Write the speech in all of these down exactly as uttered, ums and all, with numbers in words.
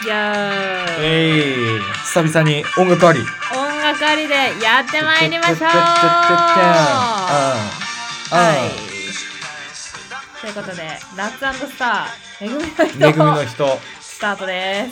いやーえい、久々に音楽あり音楽ありでやってまいりましょう。はいということでラッツ&スターめぐみの人めぐみの人スタートです。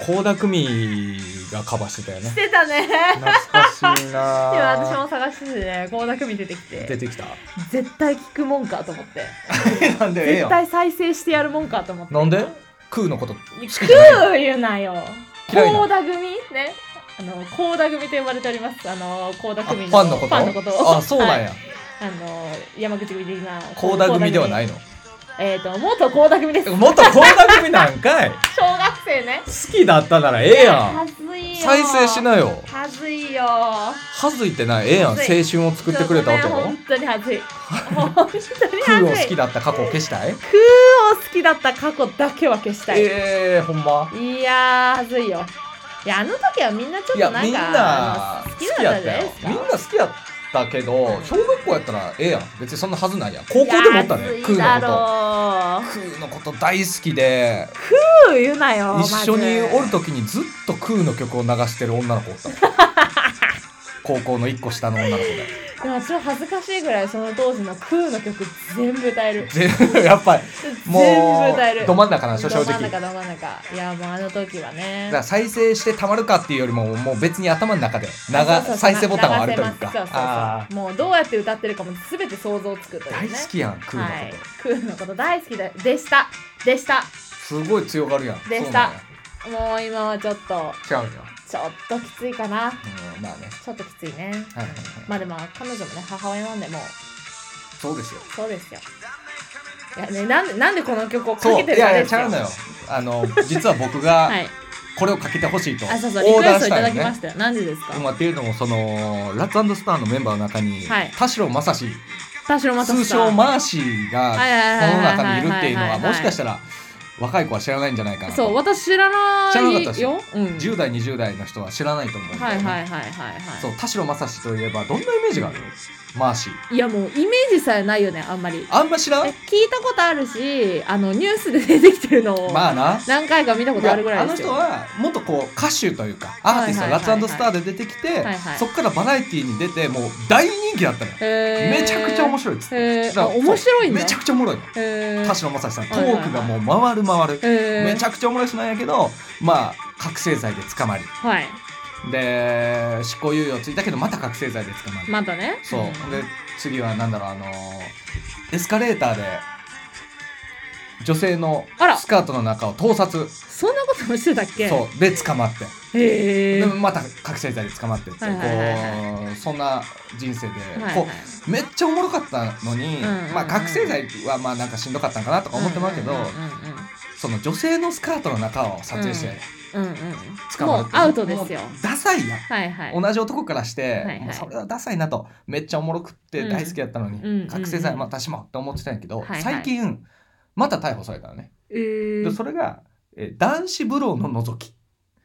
倖田來未がカバーしてたよね。 してたね。 懐かしいな。 今私も探しててね、倖田來未出てきて出てきた。 絶対聞くもんかと思ってなんでええやん。 絶対再生してやるもんかと思って。 なんでクーのこと好クきじゃない？ ー言うなよ。 嫌いな倖田組ね、あの倖田組と呼ばれております。あの倖田來未ファンのことファンのことをあ、そうなんや、はい、 あの山口組的な倖田組ではないの？ えっ、ー、と元倖田組です。 元倖田組なんかい小学生ね。 好きだったならええやん。 はずいよ。 再生しなよ。 はずいよ。 はずいってない。ええやん。青春を作ってくれたわけよ。 本当にはずい。本当にはずい。 クーを好きだった過去を消したい？ クーを好きだった過去だけは消したい。 ええー、ほんま？ いやーはずいよ。いやあの時はみんなちょっとなんかみんな好きだったじゃないですか。 みんな好きやったけど、小学校やったらええやん。別にそんなはずないやん。高校でもおったね。クーのことクーのこと大好きで、 クー言うなよ。 一緒におる時にずっとクーの曲を流してる女の子おった高校のいっこ下の女の子で。 でも私は恥ずかしいぐらいその当時のクーの曲全部歌える。 全部やっぱりもう全部歌える。 ど真ん中なんでしょ正直。 ど真ん中ど真ん中。いやもうあの時はね。 だから再生してたまるかっていうよりももう別に頭の中で長再生ボタンはあるというか。 そうそうそうあもうどうやって歌ってるかも全て想像つくというね。 大好きやんクーのこと、はい、 クーのこと大好きででしたでした。 すごい強がるやん。 でした。もう今はちょっと違うよ。 ちょっときついかな。 うん、まあね。 ちょっときついね。はいはいはい、まあでも彼女もね母親なんでもう。 そうですよ。 そうですよ。いやねなんでなんでこの曲をかけてるかですよ。いやいやちゃうのよ。あの実は僕がこれをかけてほしいとオーダーしたよね。 リクエストいただきましたよ。何でですか。 まあっていうのもそのラッツ&スターのメンバーの中に、はい、田代正史、 田代正史通称マーシーがこの中にいるっていうのはもしかしたら若い子は知らないんじゃないかなと。 そう私知らないよ。知らなかったし、 うん、じゅう代にじゅう代の人は知らないと思うんだよね。はいはいはいはい、はい、そう田代正史といえばどんなイメージがあるの？マーシー。 いやもうイメージさえないよねあんまり。 あんま知らん？ 聞いたことあるしあのニュースで出てきてるのをまあな何回か見たことあるぐらいですよ。 あの人はもっとこう歌手というかアーティスト、ラッツ&スターで出てきて、はいはい、そっからバラエティーに出てもう大人気だったのよ。めちゃくちゃ面白いっつって。だから面白いんだ。 めちゃくちゃおもろいの。田代正史さんトークがもう回る回る、めちゃくちゃおもろい人なんやけど、まあ覚醒剤で捕まり、はい、で執行猶予ついたけどまた覚醒剤で捕まり、 またね。 そう、うん、で次はなんだろうあのー、エスカレーターで女性のスカートの中を盗撮。 そんなこともしてたっけ？ そうで捕まって、 へでまた覚醒剤で捕まってって、はいはいはいはい、こうそんな人生で、はいはい、こうめっちゃおもろかったのに、うんうんうん、まあ覚醒剤はまあなんかしんどかったんかなとか思ってますけど、その女性のスカートの中を撮影して、うんうんうん、捕まるってもうアウトですよ。 ダサいやん、はいはい、同じ男からして、 はいはい、 もうそれはダサいなと。めっちゃおもろくって大好きやったのに、うん、覚醒剤まあ私もって思ってたんやけど、はいはい、最近また逮捕されたのね、えー、でそれが、え男子風呂の覗き、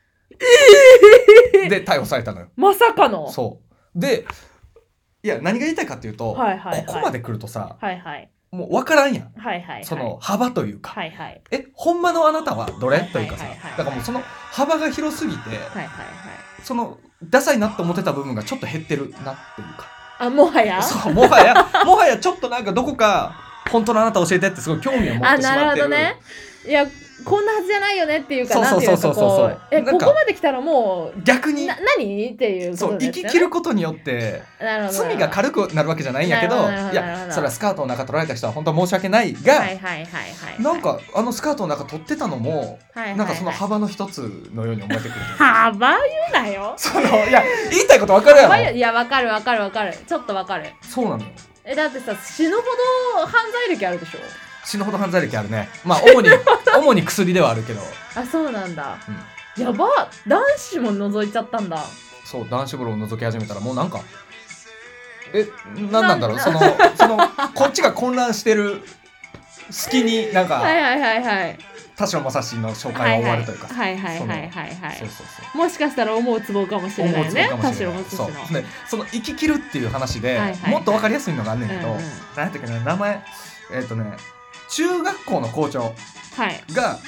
えー、で逮捕されたのよ。 まさかの。 そうでいや何が言いたいかっていうと、はいはいはい、ここまで来るとさ、はいはい、もう分からんやん、はいはいはい、その幅というか、はいはい、えほんまのあなたはどれ、はいはいはいはい、というかさ、だからもうその幅が広すぎて、はいはいはい、そのダサいなって思ってた部分がちょっと減ってるなっていうか、 あもはやそうもはやもはやちょっとなんかどこか本当のあなた教えてってすごい興味を持ってしまってる。あなるほどね。 いやこんなはずじゃないよねっていうか、なんていうかこうえここまで来たらもう逆にな何っていうことですよね。 そう生き切ることによって罪が軽くなるわけじゃないんやけど、いやそれはスカートの中取られた人は本当は申し訳ないが、はいはいはいはい、なんかあのスカートの中取ってたのも、はいはいはい、なんかその幅の一つのように思えてくる。 幅言うなよ。 そのいや言いたいこと分かるやろ。 いや分かる分かる分かるちょっと分かる。 そうなのよ。 えだってさ死ぬほど犯罪歴あるでしょ。 死ぬほど犯罪歴あるね。まあ主に主に薬ではあるけど。 あそうなんだ、うん、やば男子も覗いちゃったんだ。 そう男子風呂を覗き始めたらもうなんかえなんなんだろうそのそのこっちが混乱してる隙になんかはいはいはいはい田代正史の紹介が終わるというか、 はいはいはいはいはいはい、そうそうそうもしかしたら思うツボかもしれないね。田代正史のそうでその生き切るっていう話で、はいはいはい、もっと分かりやすいのがあんねんけど、うんうん、何やったっけな名前えっ、ー、とね中学校の校長が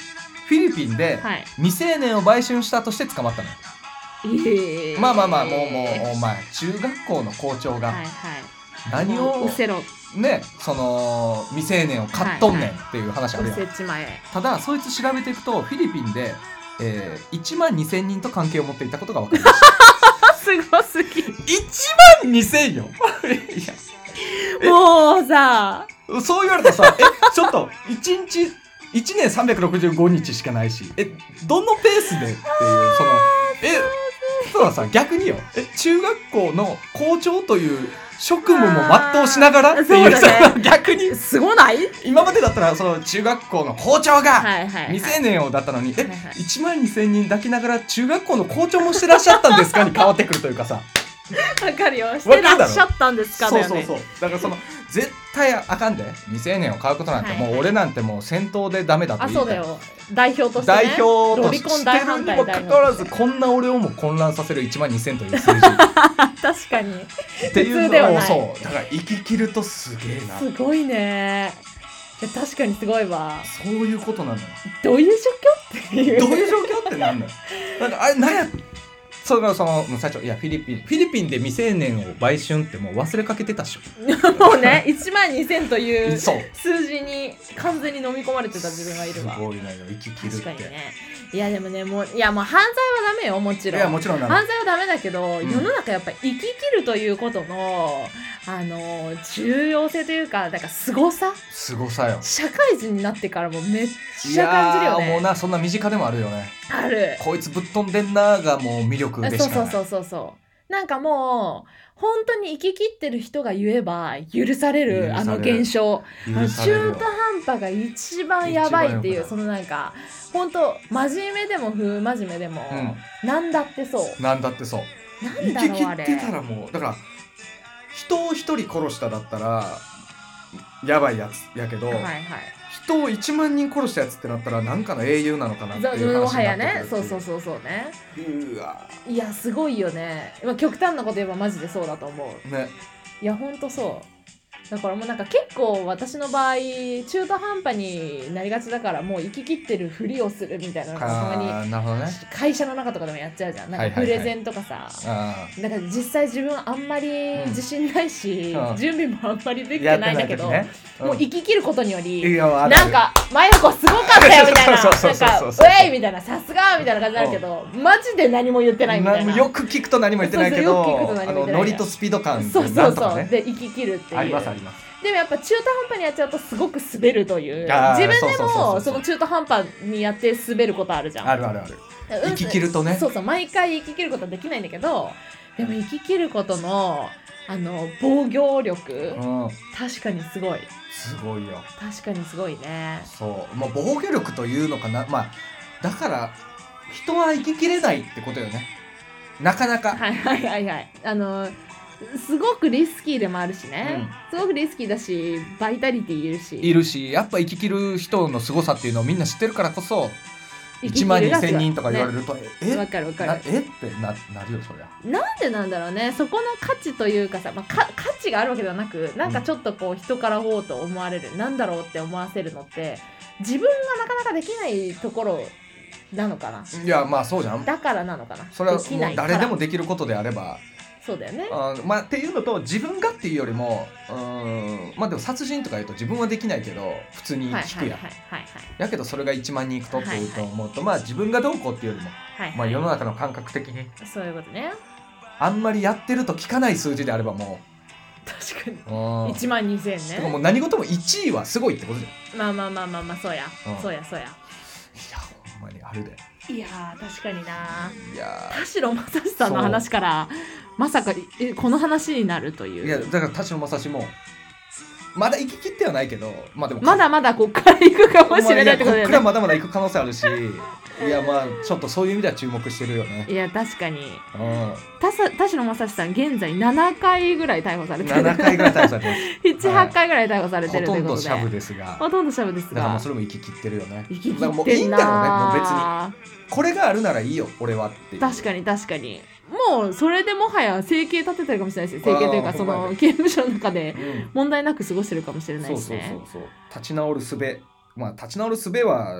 フィリピンで未成年を売春したとして捕まったのよ。えー、まあまあまあもうもうお前中学校の校長が何をねその未成年を買っとんねんっていう話あるやん。ただそいつ調べていくとフィリピンで、えー、いちまんにせんにんと関係を持っていたことが分かりましたすごすぎいちまんにせんよいやもうさそう言われたらさえちょっといちにちいちねんさんびゃくろくじゅうごにちしかないしえどのペースでっていうそのえそうださ逆によえ中学校の校長という職務も全うしながらっていう、 そうね、 逆にすごない今までだったらその中学校の校長が未成年をだったのに、はいはいはい、えいちまんにせんにん抱きながら中学校の校長もしてらっしゃったんですかに変わってくるというかさわかるよしてらっしゃったんですかだよね。 そうそうそうだからその絶対あかんで未成年を買うことなんて、はいはい、もう俺なんてもう先頭でダメだと言いたい。 あそうだよ代表として、ね、 代表としてるにもかかわらずこんな俺をも混乱させるいちまんにせんという数字確かにっていうのをそうだから生き切るとすげえなすごいね確かにすごいわそういうことなのよ。 どういう状況っていうどういう状況ってなんだよなんかあれなんやそれからその最初いやフィリピンフィリピンで未成年を売春ってもう忘れかけてたっしょもうねいちまんにせんという数字に完全に飲み込まれてた自分がいるわ。 すごいなよ生き切るって。 確かにねいやでもねもういやもう犯罪はダメよもちろん。 いやもちろん犯罪はダメだけど、うん、世の中やっぱり生き切るということのあの重要性というかだから凄さ凄さよ。 社会人になってからもめっちゃ感じるよね。 いやもうなそんな身近でもあるよね。 あるこいつぶっ飛んでんなーがもう魅力でしかない。 そうそうそうそうなんかもう本当に生き切ってる人が言えば許されるあの現象あの中途半端が一番やばいっていうそのなんか本当真面目でも不真面目でも、うん、なんだってそうなんだってそうなんだろうあれ生き切ってたらもうだから人を一人殺しただったらやばいやつやけど、はいはい、人をいちまんにん殺したやつってなったらなんかの英雄なのかなっていう話になってくるっていう。もはやねそうそうそうそうねうわいやすごいよね、まあ、極端なこと言えばマジでそうだと思うね。 いやほんとそうだからもうなんか結構私の場合中途半端になりがちだからもう生き切ってるふりをするみたいなのがたまになるほど、ね、 会社の中とかでもやっちゃうじゃんなんかプレゼンとかさ、はいはいはい、だから実際自分あんまり自信ないし、うん、準備もあんまりできてないんだけど、ねうん、もう生き切ることによりなんかマヨコすごかったよみたいななんかウェイみたいなさすがみたいな感じになるけど、うん、マジで何も言ってないみたいな。 よく聞くと何も言ってないけどあのノリとスピード感そうそうそう、ね、で生き切るっていうありますあります。 でもやっぱ中途半端にやっちゃうとすごく滑るという自分でもその中途半端にやって滑ることあるじゃん。 あるあるある、うん、生き切るとねそうそう毎回生き切ることはできないんだけどでも生き切ることのあの防御力、うん、確かにすごいすごいよ確かにすごいね。 そうもう防御力というのかなまあだから人は生き切れないってことよねなかなか。 はいはいはいはいあのすごくリスキーでもあるしね、うん、すごくリスキーだしバイタリティいるしいるしやっぱ生き切る人の凄さっていうのをみんな知ってるからこそいちまんにせんにんとか言われると、ね、えわかるわかるえってな, なるよそりゃ。 なんでなんだろうねそこの価値というかさ、まあ、か価値があるわけではなくなんかちょっとこう人からおうと思われる、うん、なんだろうって思わせるのって自分がなかなかできないところなのかな。 いやまあそうじゃんだからなのかな。 それはもう誰でもできることであればそうだよね。 あまあっていうのと自分がっていうよりもうーんまあでも殺人とか言うと自分はできないけど普通に聞くやん。やけどそれがいちまんにんいくとっていうと思うと、はいはい、まあ自分がどうこうっていうよりも、はいはい、まあ世の中の感覚的にそういうことね。 あんまりやってると聞かない数字であればもう確かにいちまんにせんね。 てかもう何事もいちいはすごいってことじゃん。 まあまあまあまあまあそうや、うん、そうやそうや。いやほんまにあるで。 いや確かにな。いや田代正史さんの話からまさかえこの話になるという。 いやだから田代正史もまだ行ききってはないけど、まあ、でもまだまだこっから行くかもしれないってことだよね。 こっからまだまだ行く可能性あるしいやまあちょっとそういう意味では注目してるよね。 いや確かに、うん、田代正史さん現在ななかいぐらい逮捕されてる。ななかいぐらい逮捕されてますなな、はちかいぐらい逮捕されてるということで、 ほとんどシャブですがほとんどシャブですがだからもうそれも行ききってるよね。 行ききってんな。 だからもういいんだろうねもう別にこれがあるならいいよ俺はっていう。 確かに確かにもうそれでもはや生計立ててるかもしれないですよ。生計というかその刑務所の中で問題なく過ごしてるかもしれないですね、 うん、そうそうそうそう立ち直る術まあ立ち直る術は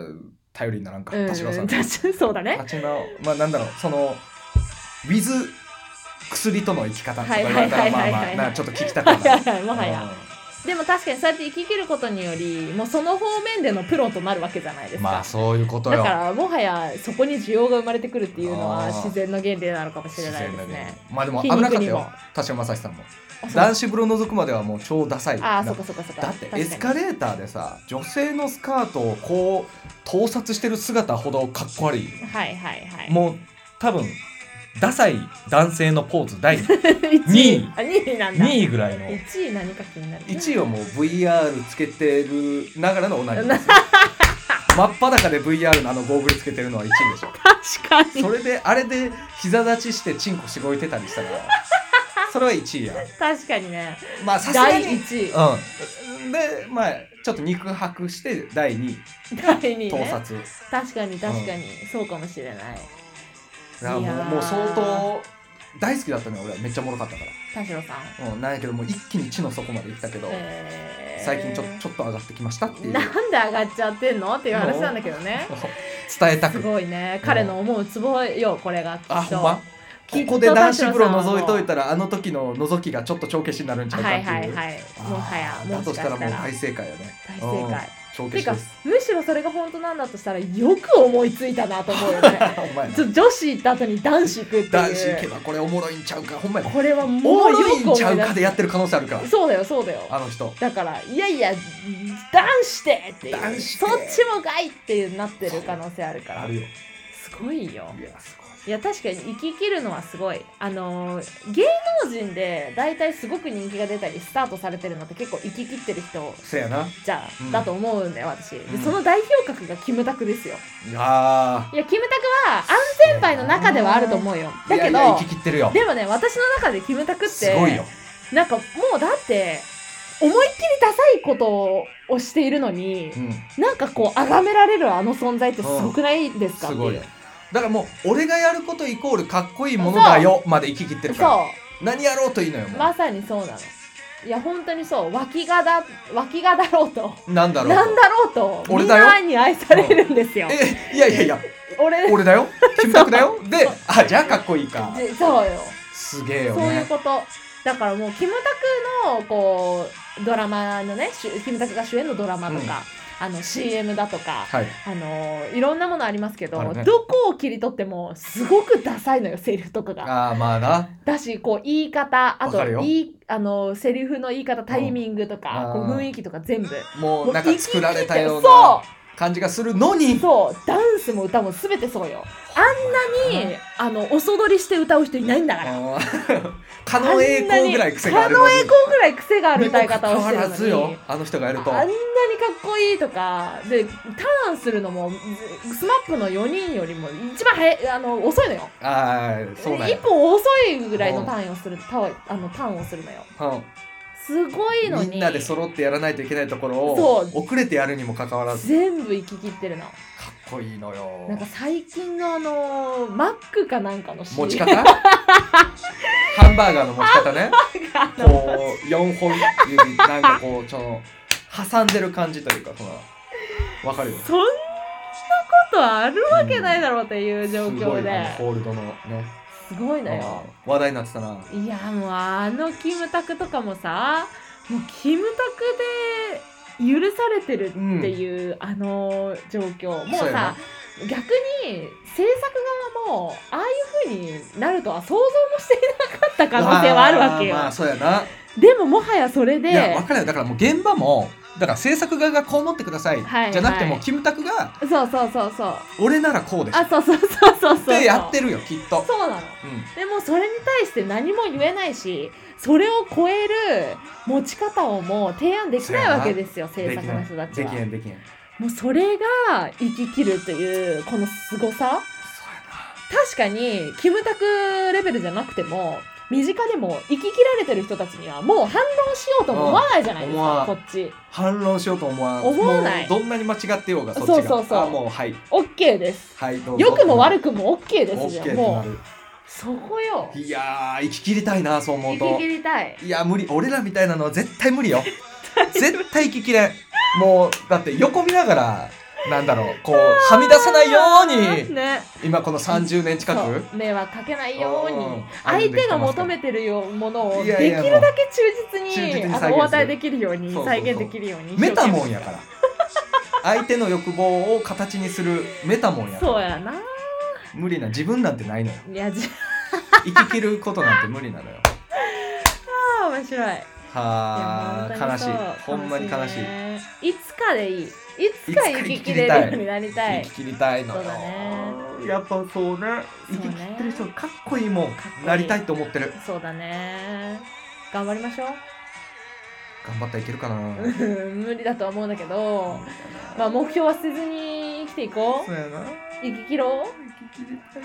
頼りにならんか、田代さん。 そうだね。 立ち直まあなんだろう、そのウィズ薬との生き方とか言われたらまあまあちょっと聞きたかった。 もはや。でも確かにそうやって生き切ることによりもうその方面でのプロとなるわけじゃないですか。 まあそういうことよ。 だからもはやそこに需要が生まれてくるっていうのは自然の原理なのかもしれないですね。 まあでも危なかったよ、田代正史さんも。男子風呂覗くまではもう超ダサい。 ああ、そっかそっかそっか。 だってエスカレーターでさ、女性のスカートをこう盗撮してる姿ほどかっこ悪い。 はいはいはい。 もう多分ダサい男性のポーズだいにいあ、にいなんだ。 にいぐらいの。 いちい何か気になる。 いちいはもう ブイアール つけてるながらのオナニーです。真っ裸で ブイアール のあのゴーグルつけてるのはいちいでしょ。 確かに。 それであれで膝立ちしてチンコしごいてたりしたらそれはいちいや。 確かにね。 まあさすがにだいいちい。 うん。でまあちょっと肉薄してだいにい。 だいにい、ね、 盗撮。 確かに確かに、うん、そうかもしれない。 いやもうもう相当大好きだったね、俺は。めっちゃおもろかったから。 田代さん。 うん、なんやけどもう一気に地の底まで行ったけど、えー、最近ちょちょっと上がってきましたっていう。 なんで上がっちゃってんのっていう話なんだけどね。 伝えたく。 すごいね。彼の思うツボよ、これが。 あ、ほんま。ここで男子風呂覗いといたらあの時の覗きがちょっと帳消しになるんちゃうかっていう。 はいはいはい。もはやもだとしたらもう大正解よね。 大正解。 てかむしろそれが本当なんだとしたらよく思いついたなと思うよね。女子行った後に男子行くっていう。 男子行けばこれおもろいんちゃうか。ほんまや。 これはもうおもろいんちゃうかでやってる可能性あるから。 そうだよそうだよ。 あの人。 だからいやいや男子でっていう。そっちもかいってなってる可能性あるから。 あるよ。 すごいよ。 いやすごい。 いや確かに生き切るのはすごい。あのー、芸能人で大体すごく人気が出たりスタートされてるのって結構生き切ってる人じゃ、うん、だと思うんだよ私、うん、でその代表格がキムタクですよ。 いやいやキムタクは安全牌の中ではあると思うよ。だけどいやいや生き切ってるよ。 でもね私の中でキムタクってすごいよ。 なんかもうだって思いっきりダサいことをしているのに、うん、なんかこう崇められるあの存在ってすごくないですか、うん、っていう。 だからもう俺がやることイコールかっこいいものだよまで生き切ってるから。そう何やろうといいのよ。 まさにそうなの。いや本当にそう脇がだ脇がだろうとなんだろうとなんだろうとみんなに愛されるんですよ。 えいやいやいや俺俺だよキムタクだよであじゃあかっこいいか。 そうよすげえよね。 そういうことだからもうキムタクのこうドラマのねキムタクが主演のドラマとか、うん、あの シーエム だとか、はい、あのいろんなものありますけど、ね、どこを切り取ってもすごくダサいのよセリフとかが。 あまあなだしこう言い方あといいあのセリフの言い方タイミングとか、うん、こう雰囲気とか全部もうなんか作られたような感じがするのに。 そうダンスも歌も全てそうよ。あんなにあのおそどりして歌う人いないんだから。 狩野英孝ぐらい癖があるのに。 狩野英孝ぐらい癖がある歌い方をしてるのに。 ずよあの人がやるとあんなにかっこいいとかでターンするのもスマップのよにんよりも一番早いあの遅いのよ。 ああそうなんや。 一歩遅いぐらいのターンをするタあのターンをするのよ。うんすごいのにみんなで揃ってやらないといけないところを遅れてやるにもかかわらず全部行き切ってるの。かっこいいのよ。 なんか最近のあのマックかなんかの持ち方ハンバーガーの持ち方ねこうよんほん指なんかこうちょっと挟んでる感じというかこのわかるよ。 そんなことあるわけないだろうっていう状況で、うん、すごいホールドのねすごいのよ。 話題になってたな。 いやもうあのキムタクとかもさもうキムタクで許されてるっていう、うん、あの状況もうさ逆に制作側もああいう風になるとは想像もしていなかった可能性はあるわけよ。 まあそうやな。 でももはやそれでいや分かるよ。だからもう現場もだから制作側がこう思ってください、はいはい、じゃなくてもキムタクがそうそうそうそう俺ならこうでしょあそうそうそうそうそうってやってるよきっと。 そうなの、うん、でもそれに対して何も言えないしそれを超える持ち方をもう提案できないわけですよ制作の人たちは。 できへんできへん。 もうそれが生き切るっていうこの凄さ。確かにキムタクレベルじゃなくても身近でも生き切られてる人たちにはもう反論しようとも思わないじゃないですか、こっち。 反論しようと思わない。 思わない。 どんなに間違ってようがそっちが。そうそうそう。あもうはい。 OK です。 はいどうぞ。良くも悪くも OK ですじゃん。 OK もうそこよ。 いやー生き切りたいなそう思うと。 生き切りたい。 いや無理。俺らみたいなのは絶対無理よ。絶対生き切れん。もうだって横見ながらなんだろうこうはみ出さないように、ね、今このさんじゅうねん近く迷惑かけないように相手が求めてるよものをできるだけ忠実にあのお与えできるように再現できるようにメタモンやから相手の欲望を形にするメタモンやからそうやな無理な自分なんてないのよいやじ生き切ることなんて無理なのよああ面白いはあ悲しいほんまに悲しいいつかでいいいつか生き切れるようになりたい生き切りたいのよ、ね、やっぱそうね生き切ってる人かっこいいもんなりたいと思ってるそうだね頑張りましょう頑張ったらいけるかな無理だとは思うんだけどまあ目標は捨てずに生きていこうそうやな生き切ろう生き切りたい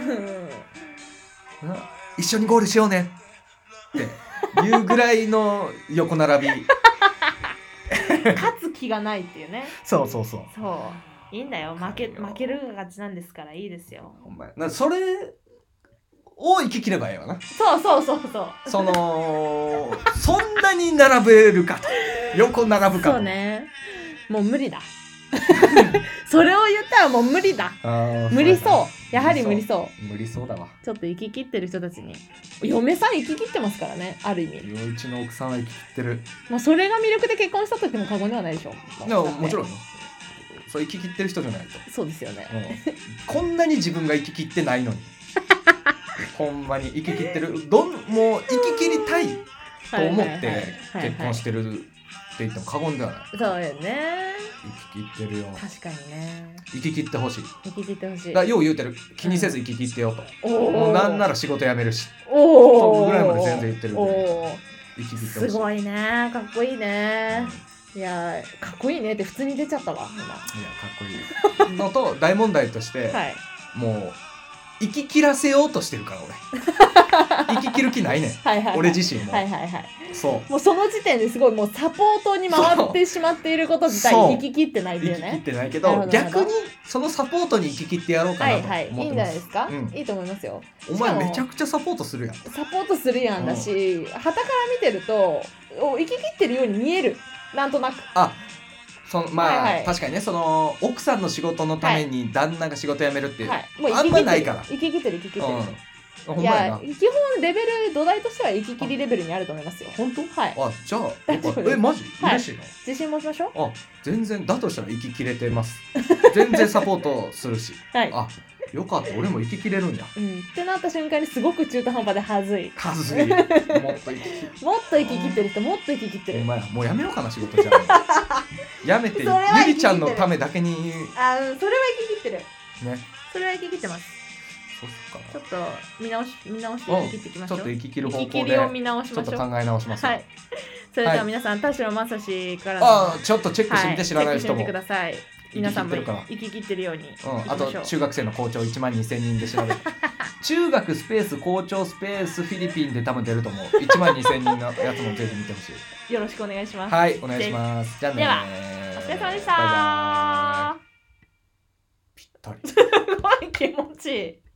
と思う一緒にゴールしようねっていうぐらいの横並び勝つ気がないっていうねそうそうそうそういいんだよ負け負けるが勝ちなんですからいいですよほんまやなそれを生き切ればいいわなそうそうそうそうそのそんなに並べるかと横並ぶかとそうねもう無理だそれを言ったらもう無理だ無理そうやはり無理そう無理そうだわちょっと生き切ってる人たちに嫁さん生き切ってますからねある意味うちの奥さんは生き切ってるもうそれが魅力で結婚したと言っても過言ではないでしょいやもちろんそう生き切ってる人じゃないとそうですよね、 うん、こんなに自分が生き切ってないのにほんまに生き切ってるどんもう生き切りたいと思って結婚してるって言っても過言ではないそうよね生き切ってるよ確かにね生き切ってほしい生き切ってほしいだよう言うてる気にせず生き切ってよと、うん、もうなんなら仕事辞めるしおおぐらいまで全然言ってるんで生き切ってほしいすごいねかっこいいね、うん、いやかっこいいねって普通に出ちゃったわ今いやかっこいいのと大問題として、はい、もう生き切らせようとしてるから俺生き切る気ないねんはいはい、はい、俺自身もはいはいはいそうもうその時点ですごいもうサポートに回ってしまっていること自体生き切ってないんだよね生き切ってないけど逆にそのサポートに生き切ってやろうかなと思ってます、はいはい、 いいんじゃないですか、 うん、 いいと思いますよお前めちゃくちゃサポートするやんサポートするやんだし傍から見てると生き切ってるように見えるなんとなくあそのまあ、はいはい、確かにねその奥さんの仕事のために旦那が仕事辞めるって、はい、もうあんまないから生き切ってる生き切ってる、 うん、 いや基本レベル土台としては生き切りレベルにあると思いますよ本当はいあじゃあえマジ、はい、嬉しいな自信持ちましょうあ全然だとしたら生き切れてます全然サポートするし、はい、あよかった俺も生ききれるんや、 うん、ってなった瞬間にすごく中途半端ではずいはずいもっと生きもっと生き切ってる人もっと生き切ってるお前もうやめようかな仕事じゃんやめてゆりちゃんのためだけにあそれは生き切ってるねそれは生き切ってますそうっかちょっと見直し見直して生き切っていきましょうちょっと生き切る方向で生き切りを見直しましょうちょっと考え直しますはいそれでは皆さん、はい、田代正史からのあちょっとチェックしてみて、はい、知らない人もチェックしてみてください皆さんも生き切ってるように、 うん、あと中学生の校長いちまんにせんにんで調べる中学スペース校長スペースフィリピンで多分出ると思ういちまんにせんにんのやつもぜひ見てほしいよろしくお願いしますはいお願いしますじゃあねではお疲れ様でしたバイバーイぴったりすごい気持ちいい